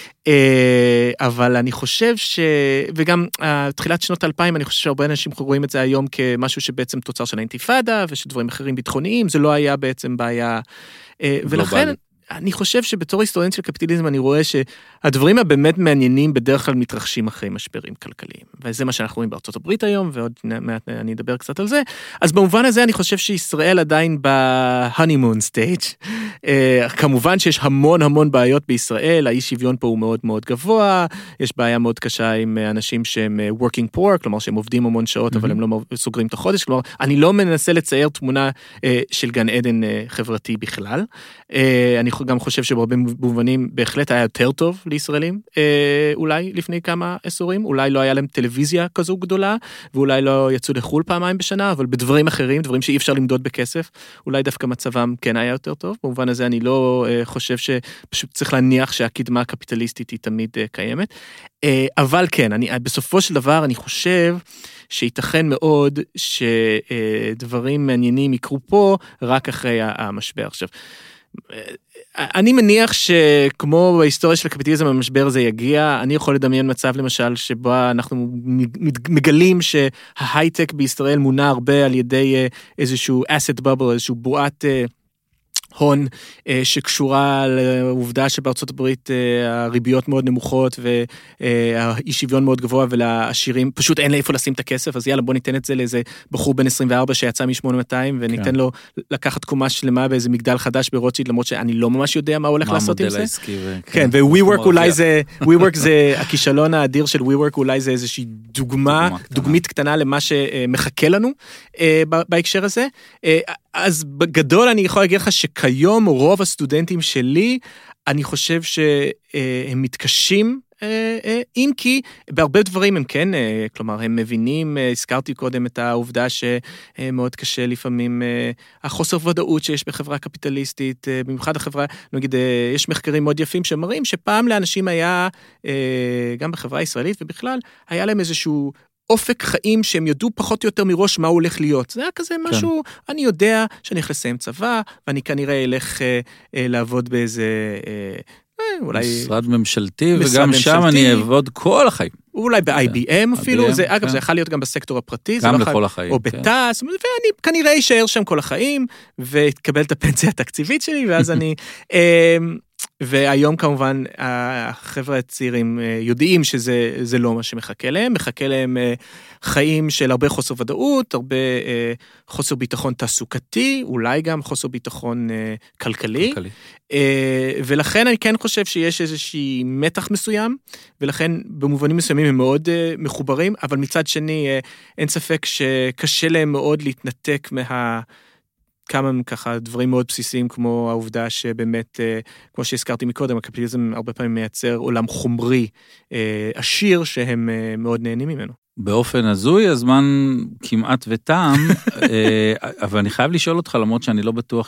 אבל אני חושב וגם תחילת שנות 2000, אני חושב שהרבה אנשים רואים את זה היום כמשהו שבעצם תוצר של האינתיפאדה, ושדברים אחרים ביטחוניים, זה לא היה בעצם בעיה. ולכן, אני חושב שבתור היסטוריון של קפיטליזם אני רואה שהדברים הבאמת מעניינים בדרך כלל מתרחשים אחרי משברים כלכליים. וזה מה שאנחנו רואים בארצות הברית היום, ועוד מעט אני אדבר קצת על זה. אז במובן הזה אני חושב שישראל עדיין ב-honeymoon stage. כמובן שיש המון בעיות בישראל, האי שוויון פה הוא מאוד מאוד גבוה, יש בעיה מאוד קשה עם אנשים שהם working poor, כלומר שהם עובדים המון שעות, אבל הם לא סוגרים את החודש, כלומר אני לא מנסה לצייר תמונה של גן עדן חברתי בכלל. אני גם חושב שבהרבה מובנים בהחלט היה יותר טוב לישראלים, אולי לפני כמה עשורים, אולי לא היה להם טלוויזיה כזו גדולה, ואולי לא יצאו לחול פעמיים בשנה, אבל בדברים אחרים, דברים שאי אפשר למדוד בכסף, אולי דווקא מצבם כן היה יותר טוב, במובן במובן הזה אני לא חושב שפשוט צריך להניח שהקדמה הקפיטליסטית היא תמיד קיימת, אבל כן, בסופו של דבר אני חושב שייתכן מאוד שדברים מעניינים יקרו פה רק אחרי המשבר. עכשיו, אני מניח שכמו בהיסטוריה של הקפיטליזם המשבר הזה יגיע, אני יכול לדמיין מצב למשל שבו אנחנו מגלים שההייטק בישראל מונע הרבה על ידי איזשהו asset bubble, איזשהו בועת הון שקשורה לעובדה שבארצות הברית הריביות מאוד נמוכות והאי שוויון מאוד גבוה ולעשירים פשוט אין לאיפה לשים את הכסף, אז יאללה בוא ניתן את זה לאיזה בחור בן 24 שיצא מ-8200 וניתן לו לקחת קומה שלמה באיזה מגדל חדש ברוטשילד, למרות שאני לא ממש יודע מה הולך לעשות עם זה. כן, ו-WeWork אולי זה, WeWork זה הכישלון האדיר של WeWork, אולי זה איזושהי דוגמית קטנה למה שמחכה לנו בהקשר הזה. אז בגדול אני יכול להגיד לך שכיום רוב הסטודנטים שלי, אני חושב שהם מתקשים, אם כי בהרבה דברים הם כן, כלומר הם מבינים, הזכרתי קודם את העובדה שמאוד קשה לפעמים, החוסר ודאות שיש בחברה קפיטליסטית, במיוחד החברה, נגיד יש מחקרים מאוד יפים שמראים שפעם לאנשים היה, גם בחברה הישראלית ובכלל, היה להם איזשהו אופק חיים שהם ידעו פחות או יותר מראש מה הוא הולך להיות. זה היה כזה משהו, אני יודע שאני הולך לסיים צבא, ואני כנראה אלך לעבוד באיזה, אולי משרד ממשלתי, וגם שם אני אעבוד כל החיים. אולי ב-IBM אפילו, אגב זה יכול להיות גם בסקטור הפרטי, גם לכל החיים. או בטס, ואני כנראה אשאר שם כל החיים, ואתקבל את הפנסיה התקציבית שלי, ואז אני והיום כמובן החבר'ה הצעירים יודעים שזה לא מה שמחכה להם, מחכה להם חיים של הרבה חוסר ודאות, הרבה חוסר ביטחון תעסוקתי, אולי גם חוסר ביטחון כלכלי. ולכן אני כן חושב שיש איזושהי מתח מסוים, ולכן במובנים מסוימים הם מאוד מחוברים, אבל מצד שני אין ספק שקשה להם מאוד להתנתק כמה ככה דברים מאוד בסיסיים, כמו העובדה שבאמת, כמו שהזכרתי מקודם, הקפיטליזם הרבה פעמים מייצר עולם חומרי עשיר, שהם מאוד נהנים ממנו. באופן הזוי, הזמן כמעט וטעם, אבל אני חייב לשאול אותך, למרות שאני לא בטוח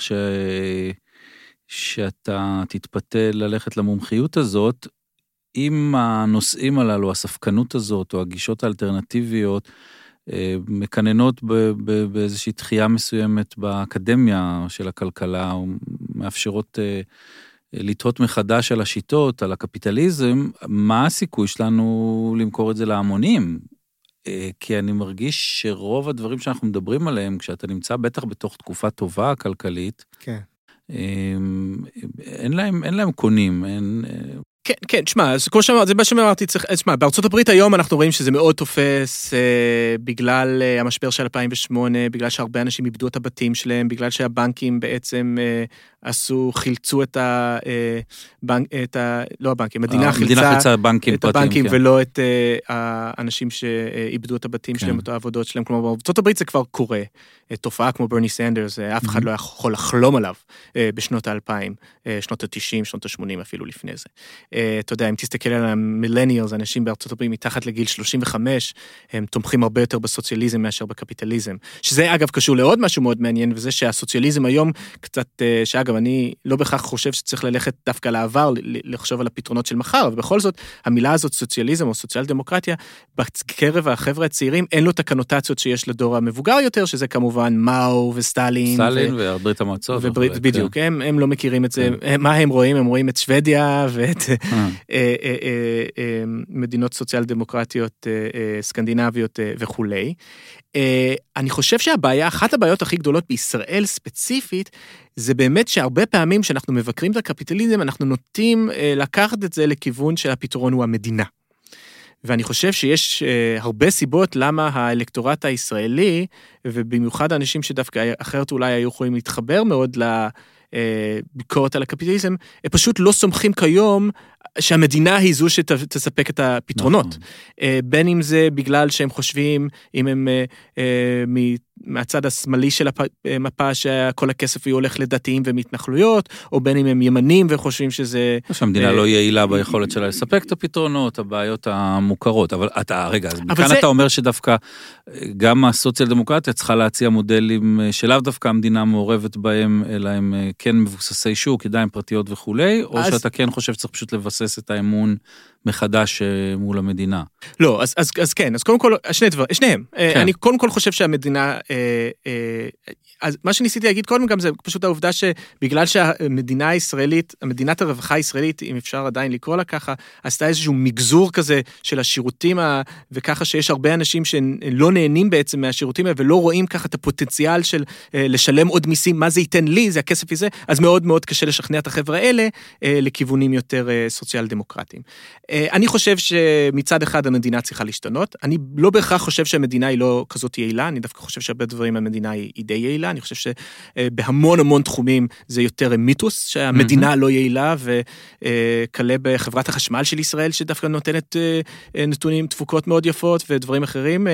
שאתה תתפתה ללכת למומחיות הזאת, אם הנושאים הללו, הספקנות הזאת, או הגישות האלטרנטיביות, מקננות באיזושהי דחייה מסוימת באקדמיה של הכלכלה, או מאפשרות לתהות מחדש על השיטות, על הקפיטליזם, מה הסיכוי שלנו למכור את זה להמונים? כי אני מרגיש שרוב הדברים שאנחנו מדברים עליהם, כשאתה נמצא בטח בתוך תקופה טובה כלכלית, כן. אין להם קונים, כן, כן, תשמע, זה מה שאמרתי, תשמע, בארצות הברית היום אנחנו רואים שזה מאוד תופס בגלל המשבר של 2008, בגלל שהרבה אנשים איבדו את הבתים שלהם, בגלל שהבנקים בעצם חילצו את לא הבנקים, המדינה חילצה את הבנקים ולא את האנשים שאיבדו את הבתים שלהם, את העבודות שלהם, כלומר, בארצות הברית זה כבר קורה, תופעה כמו ברני סנדרס, אף אחד לא יכול לחלום עליו בשנות ה-2000, שנות ה-90, שנות ה-80 אפילו לפני זה. אתה יודע, אם תסתכל על המילניאלס, אנשים בארצות הברית מתחת לגיל 35, הם תומכים הרבה יותר בסוציאליזם מאשר בקפיטליזם. שזה אגב קשור לעוד משהו מאוד מעניין, וזה שהסוציאליזם היום קצת, שאגב, אני לא בכך חושב שצריך ללכת דווקא לעבר, לחשוב על הפתרונות של מחר, ובכל זאת, המילה הזאת, סוציאליזם או סוציאל דמוקרטיה, בקרב החבר'ה הצעירים, אין לו את הקונוטציות שיש לדור המבוגר יותר, שזה כמובן מאו וסטלין. סטלין וברית המועצות. בדיוק, הם לא מכירים את זה. מה הם רואים? הם רואים את שוודיה ואת מדינות סוציאל דמוקרטיות סקנדינביות וכולי. אני חושב שהבעיה, אחת הבעיות הכי גדולות בישראל ספציפית, זה באמת שהרבה פעמים שאנחנו מבקרים את הקפיטליזם, אנחנו נוטים לקחת את זה לכיוון שהפתרון הוא המדינה. ואני חושב שיש הרבה סיבות למה האלקטורט הישראלי, ובמיוחד האנשים שדווקא אחרת אולי היו יכולים להתחבר מאוד לביקורת על הקפיטליזם, הם פשוט לא סומכים כיום שהמדינה היא זו שתספק את הפתרונות. בין אם זה בגלל שהם חושבים, אם הם מהצד השמאלי של המפה, שכל הכסף יהיה הולך לדתיים ומתנחלויות, או בין אם הם ימנים וחושבים שזה... שהמדינה לא יעילה ביכולת שלה לספק את הפתרונות, הבעיות המוכרות. אבל רגע, אז מכאן אתה אומר שדווקא גם הסוציאל דמוקרטיה צריכה להציע מודלים שלאו דווקא המדינה מעורבת בהם, אלא הם כן מבוססי שוק, ידיים פרטיות וכולי, או שאתה כן חושב שצריך פשוט לבסס את האמון מחדש מול המדינה. לא, אז כן, אז קודם כל, שניהם. אני קודם כל חושב שהמדינה, אז מה שניסיתי להגיד קודם גם זה פשוט העובדה שבגלל שהמדינה הישראלית, המדינת הרווחה הישראלית, אם אפשר עדיין לקרוא לה ככה, עשתה איזשהו מגזור כזה של השירותים, וככה שיש הרבה אנשים שלא נהנים בעצם מהשירותים, ולא רואים ככה את הפוטנציאל של לשלם עוד מיסים, מה זה ייתן לי, זה הכסף הזה, אז מאוד מאוד קשה לשכנע את החבר'ה האלה לכיוונים יותר סוציאל דמוקרטיים. אני חושב שמצד אחד המדינה צריכה להשתנות, אני לא בהכרח חושב שהמדינה היא לא כזאת יעילה, אני דווקא חושב שהרבה דברים המדינה היא די יעילה, אני חושב שבהמון המון תחומים זה יותר מיתוס, שהמדינה לא יעילה, וכלה בחברת החשמל של ישראל, שדווקא נותנת נתונים תפוקות מאוד יפות, ודברים אחרים,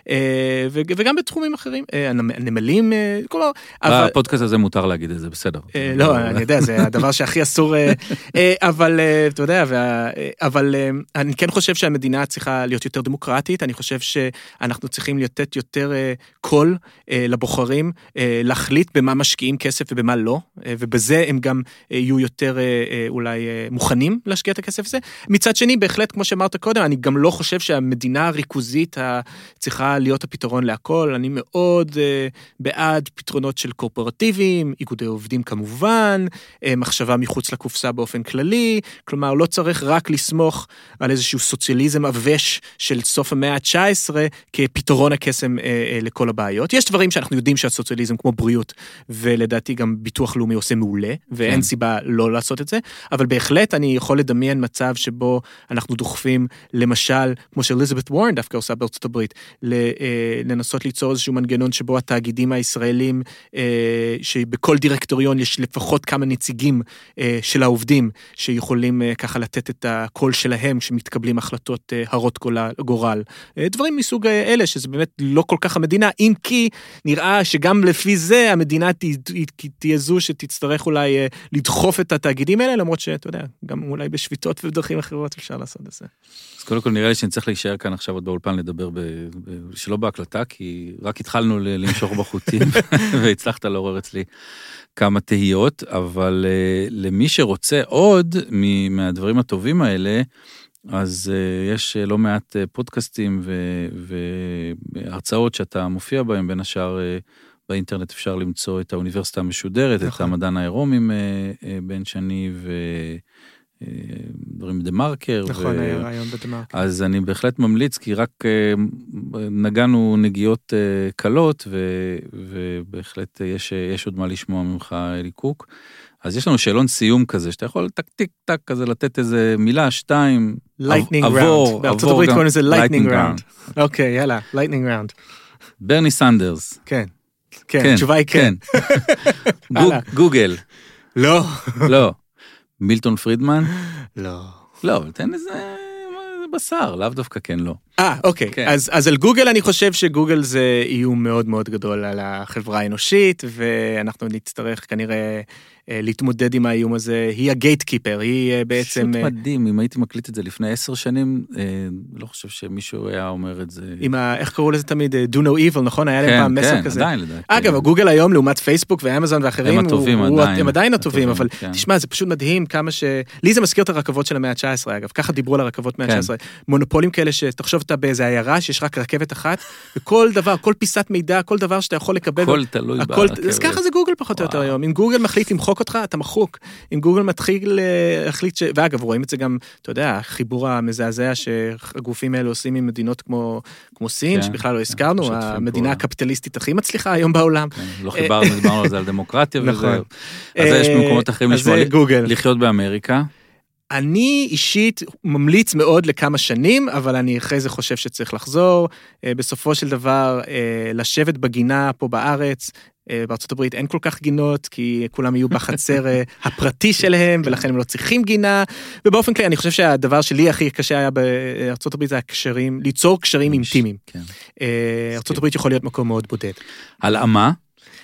וגם בתחומים אחרים, הנמלים, כלומר... בפודקאסט הזה מותר להגיד את זה, בסדר. לא, אני יודע, זה הדבר שהכי אסור, אבל, אתה יודע, אבל אני כן חושב שהמדינה צריכה להיות יותר דמוקרטית, אני חושב שאנחנו צריכים לתת יותר קול לבוחרים, להחליט במה משקיעים כסף ובמה לא, ובזה הם גם יהיו יותר אולי מוכנים להשקיע את הכסף הזה. מצד שני, בהחלט, כמו שאמרת קודם, אני גם לא חושב שהמדינה הריכוזית צריכה להיות הפתרון להכל, אני מאוד בעד פתרונות של קורפורטיביים, איגודי עובדים כמובן, מחשבה מחוץ לקופסה באופן כללי, כלומר לא צריך רק לסמוך על איזשהו סוציאליזם אבש של סוף המאה ה-19 כפתרון הקסם לכל הבעיות. יש דברים שאנחנו יודעים שהסוציאליזם כמו בריאות, ולדעתי גם ביטוח לאומי עושה מעולה, ואין סיבה לא לעשות את זה, אבל בהחלט אני יכול לדמיין מצב שבו אנחנו דוחפים, למשל, כמו שאליזבת וורן דווקא עושה בארצות הברית, לנסות ליצור איזשהו מנגנון שבו התאגידים הישראלים, שבכל דירקטוריון יש לפחות כמה נציגים של העובדים, שיכולים ככה לתת את הקול שלהם, שמתקבלים החלטות הרות גורל. דברים מסוג אלה, שזה באמת לא כל כך המדינה, אם כי נראה שגם לפי זה המדינה תהיה זו שתצטרך אולי לדחוף את התאגידים האלה, למרות שאתה יודע, גם אולי בשביתות ובדרכים אחרות אפשר לעשות את זה. אז קודם כל נראה לי שנצטרך להישאר כאן עכשיו עוד באולפן לדבר שלא בהקלטה, כי רק התחלנו למשוך בחוטים, והצלחת לעורר אצלי כמה תהיות, אבל למי שרוצה עוד מהדברים הטובים האלה, אז יש לא מעט פודקאסטים והרצאות שאתה מופיע בהם, בין השאר באינטרנט אפשר למצוא את האוניברסיטה המשודרת, את המדען העירום עם בן שני דברים בדה-מרקר. נכון, היה רעיון בדה-מרקר. אז אני בהחלט ממליץ, כי רק נגענו נגיעות קלות, ובהחלט יש עוד מה לשמוע ממך, אלי קוק. אז יש לנו שאלון סיום כזה, שאתה יכול טק כזה לתת איזה מילה, שתיים, lightning round. בארצות הברית קוראים לזה lightning round. אוקיי, יאללה, lightning round. ברני סנדרס. כן, תשובה היא כן. גוגל. לא. לא. מילטון פרידמן? לא. לא, אבל תן איזה בשר, לאו דווקא כן לא. אוקיי. אז על גוגל אני חושב שגוגל זה איום מאוד מאוד גדול על החברה האנושית, ואנחנו נצטרך כנראה להתמודד עם האיום הזה. היא הגייטקיפר, היא בעצם... פשוט מדהים, אם הייתי מקליט את זה לפני 10 שנים, לא חושב שמישהו היה אומר את זה. איך קראו לזה תמיד? Do no evil, נכון? היה להם פעם מסר כזה. כן, עדיין לדעתי. אגב, גוגל היום, לעומת פייסבוק ואמזון ואחרים, הם הטובים עדיין. הם עדיין הטובים, אבל תשמע, זה פשוט מדהים כמה לי זה מזכיר את הרכבות של המאה ה-19, אגב. ככה דיברו על הרכבות מאה ה-19. מונופולים כאלה שתחשוב אתה באיזה עיירה שיש רק רכבת אחת, וכל דבר, כל פיסת מידע, כל דבר שאתה יכול לקבל. הכל תלוי ברכבת. אז ככה זה גוגל פחות או יותר היום. אם גוגל מחליט למחוק אותך, אתה מחוק. אם גוגל מתחיל להחליט ואגב, רואים את זה גם, אתה יודע, החיבור המזעזע שהגופים האלה עושים עם מדינות כמו סין, שבכלל לא הזכרנו, המדינה הקפיטליסטית הכי מצליחה היום בעולם. לא דיברנו על זה על דמוקרטיה וזה. אז יש במקומות אחרים לחיות באמריקה. אני אישית ממליץ מאוד לכמה שנים, אבל אני אחרי זה חושב שצריך לחזור, בסופו של דבר לשבת בגינה פה בארץ, בארצות הברית אין כל כך גינות, כי כולם יהיו בחצר הפרטי שלהם, ולכן הם לא צריכים גינה, ובאופן כלל, אני חושב שהדבר שלי הכי קשה היה בארצות הברית, זה הקשרים, ליצור קשרים אינטימיים. ארצות הברית יכול להיות מקום מאוד בודד. הלאמה?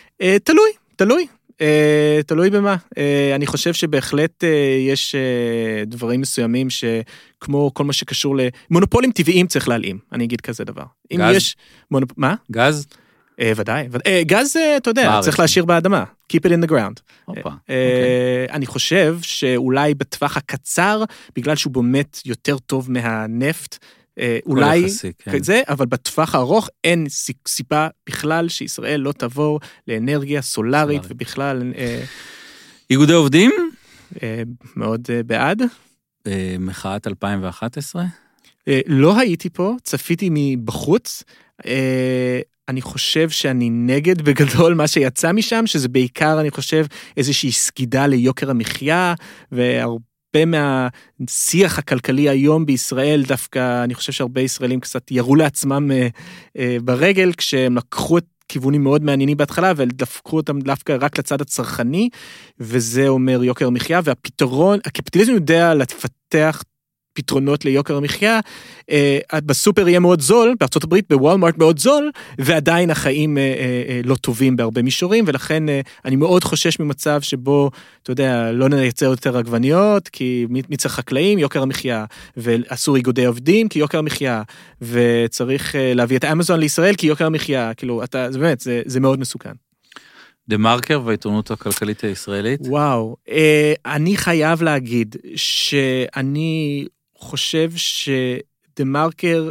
תלוי במה. אני חושב שבהחלט יש דברים מסוימים שכמו כל מה שקשור למונופולים טבעיים צריך להלאים. אני אגיד כזה דבר. גז? מה? גז? ודאי. גז, אתה יודע, צריך להשאיר באדמה. Keep it in the ground. אני חושב שאולי בטווח הקצר, בגלל שהוא באמת יותר טוב מהנפט, אולי כזה, אבל בטווח הארוך אין סיבה בכלל שישראל לא תעבור לאנרגיה סולארית ובכלל... איגודי עובדים? מאוד בעד. מחאת 2011? לא הייתי פה, צפיתי מבחוץ. אני חושב שאני נגד בגדול מה שיצא משם, שזה בעיקר, אני חושב, איזושהי סגידה ליוקר המחיה, והרבה מהשיח הכלכלי היום בישראל, דווקא אני חושב שהרבה ישראלים קצת ירו לעצמם ברגל, כשהם לקחו את כיוונים מאוד מעניינים בהתחלה, ודפקו אותם דווקא רק לצד הצרכני, וזה אומר יוקר המחיה, והפתרון, הקפיטליזם יודע לפתח פתרונות ליוקר המחיה, בסופר יהיה מאוד זול, בארצות הברית, בוולמארט מאוד זול, ועדיין החיים לא טובים בהרבה מישורים, ולכן אני מאוד חושש ממצב שבו, אתה יודע, לא נייצר יותר עגבניות, כי מי צריך חקלאים, יוקר המחיה, ואסור איגודי עובדים, כי יוקר המחיה, וצריך להביא את אמזון לישראל, כי יוקר המחיה, כאילו, זה באמת, זה מאוד מסוכן. דה מרקר והעיתונות הכלכלית הישראלית? וואו, אני חייב להגיד שאני חושב שדה מרקר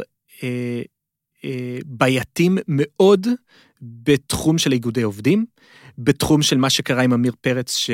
בעייתים מאוד בתחום של איגודי עובדים, בתחום של מה שקרה עם אמיר פרץ,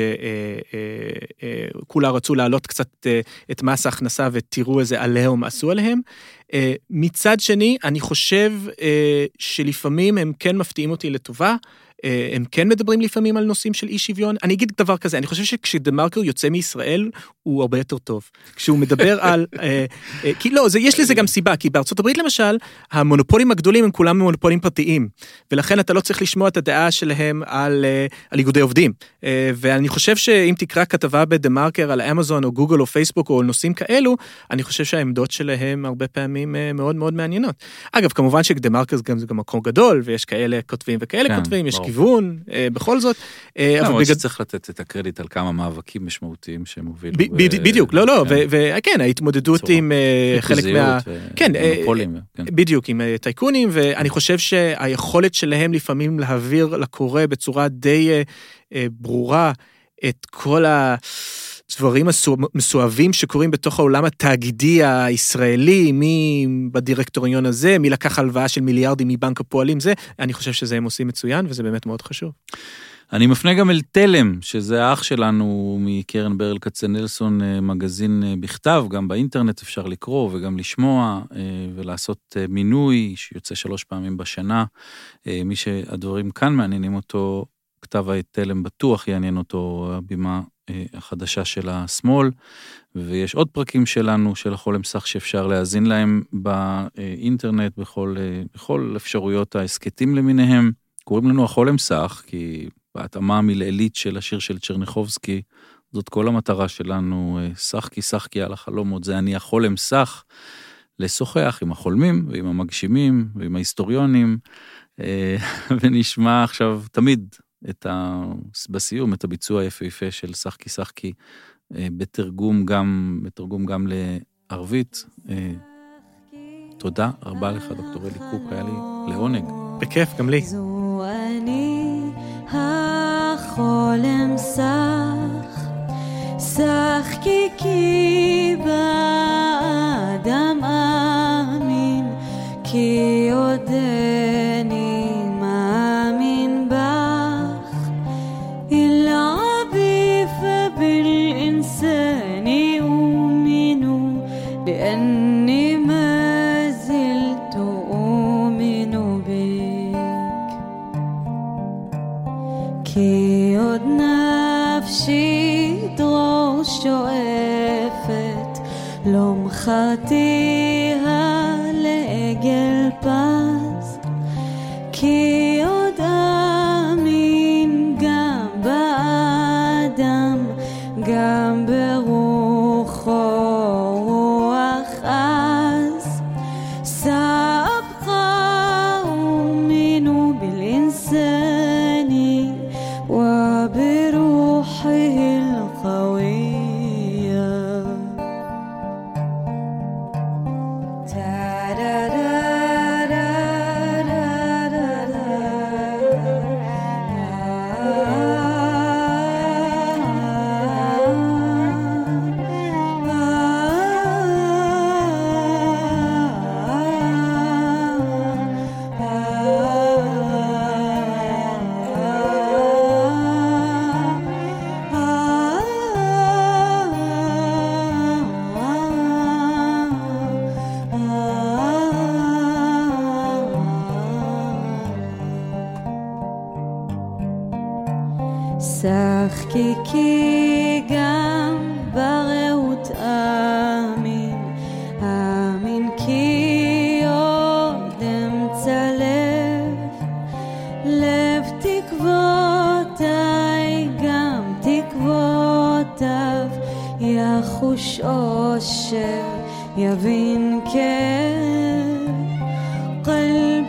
שכולה רצו להעלות קצת את מס ההכנסה, ותראו איזה עליהם עשו עליהם. מצד שני, אני חושב שלפעמים הם כן מפתיעים אותי לטובה, הם כן מדברים לפעמים על נושאים של אי שוויון. אני אגיד דבר כזה, אני חושב שכשדה מרקר יוצא מישראל, הוא הרבה יותר טוב. כשהוא מדבר על... כי לא, יש לזה גם סיבה, כי בארצות הברית למשל, המונופולים הגדולים הם כולם מונופולים פרטיים, ולכן אתה לא צריך לשמוע את הדעה שלהם על איגודי עובדים. ואני חושב שאם תקרא כתבה בדה מרקר על אמזון או גוגל או פייסבוק או נושאים כאלו, אני חושב שהעמדות שלהם הרבה פעמים מאוד מאוד מעניינות. אגב, כמובן שדה מרקר זה גם מקום גדול, ויש כאלה כותבים וכאלה כותבים, יש כיוון, בכל זאת. למרות שצריך לתת את הקרדיט על כמה מאבקים משמעותיים שהם הובילו. בדיוק, לא, וכן, ההתמודדות עם חלק מה... כן, בדיוק, עם טייקונים, ואני חושב שהיכולת שלהם לפעמים להעביר לקורא בצורה די ברורה את כל הדברים מסואבים שקורים בתוך העולם התאגידי הישראלי, מי בדירקטוריון הזה, מי לקח הלוואה של מיליארדים מבנק הפועלים, זה, אני חושב שזה הם עושים מצוין, וזה באמת מאוד חשוב. אני מפנה גם אל תלם, שזה האח שלנו מקרן ברל כצנלסון, מגזין בכתב, גם באינטרנט אפשר לקרוא וגם לשמוע ולעשות מינוי שיוצא 3 פעמים בשנה. מי שהדברים כאן מעניינים אותו, כתב תלם בטוח יעניין אותו הבימה החדשה של השמאל, ויש עוד פרקים שלנו של החולם סך שאפשר להאזין להם באינטרנט בכל אפשרויות העסקתים למיניהם. קוראים לנו החולם סך, כי בהתאמה המילאלית של השיר של צ'רניחובסקי, זאת כל המטרה שלנו, שחקי שחקי על החלומות, זה אני החולם סך, לשוחח עם החולמים ועם המגשימים ועם ההיסטוריונים, ונשמע עכשיו תמיד בסיום את הביצוע היפהפה של שחקי שחקי, בתרגום גם לערבית. תודה רבה לך דוקטור אלי קוק, היה לי לעונג. בכיף, גם לי. זו אני החולם סך, שחקי כי באדם אמין, כי עודני מאמין בך, אלעבי فبالإنسان أؤمن لأني ما زلت أؤمن بك, כי עוד נפשי דרור שואפת, לא מכרתיה לעגל פז, כי עוד אמין יחקיקי גם ברעות אמין, אמין כי עוד אמצע לב תקוותיי גם תקוותיו, יחוש אושר יבין כן, قلبي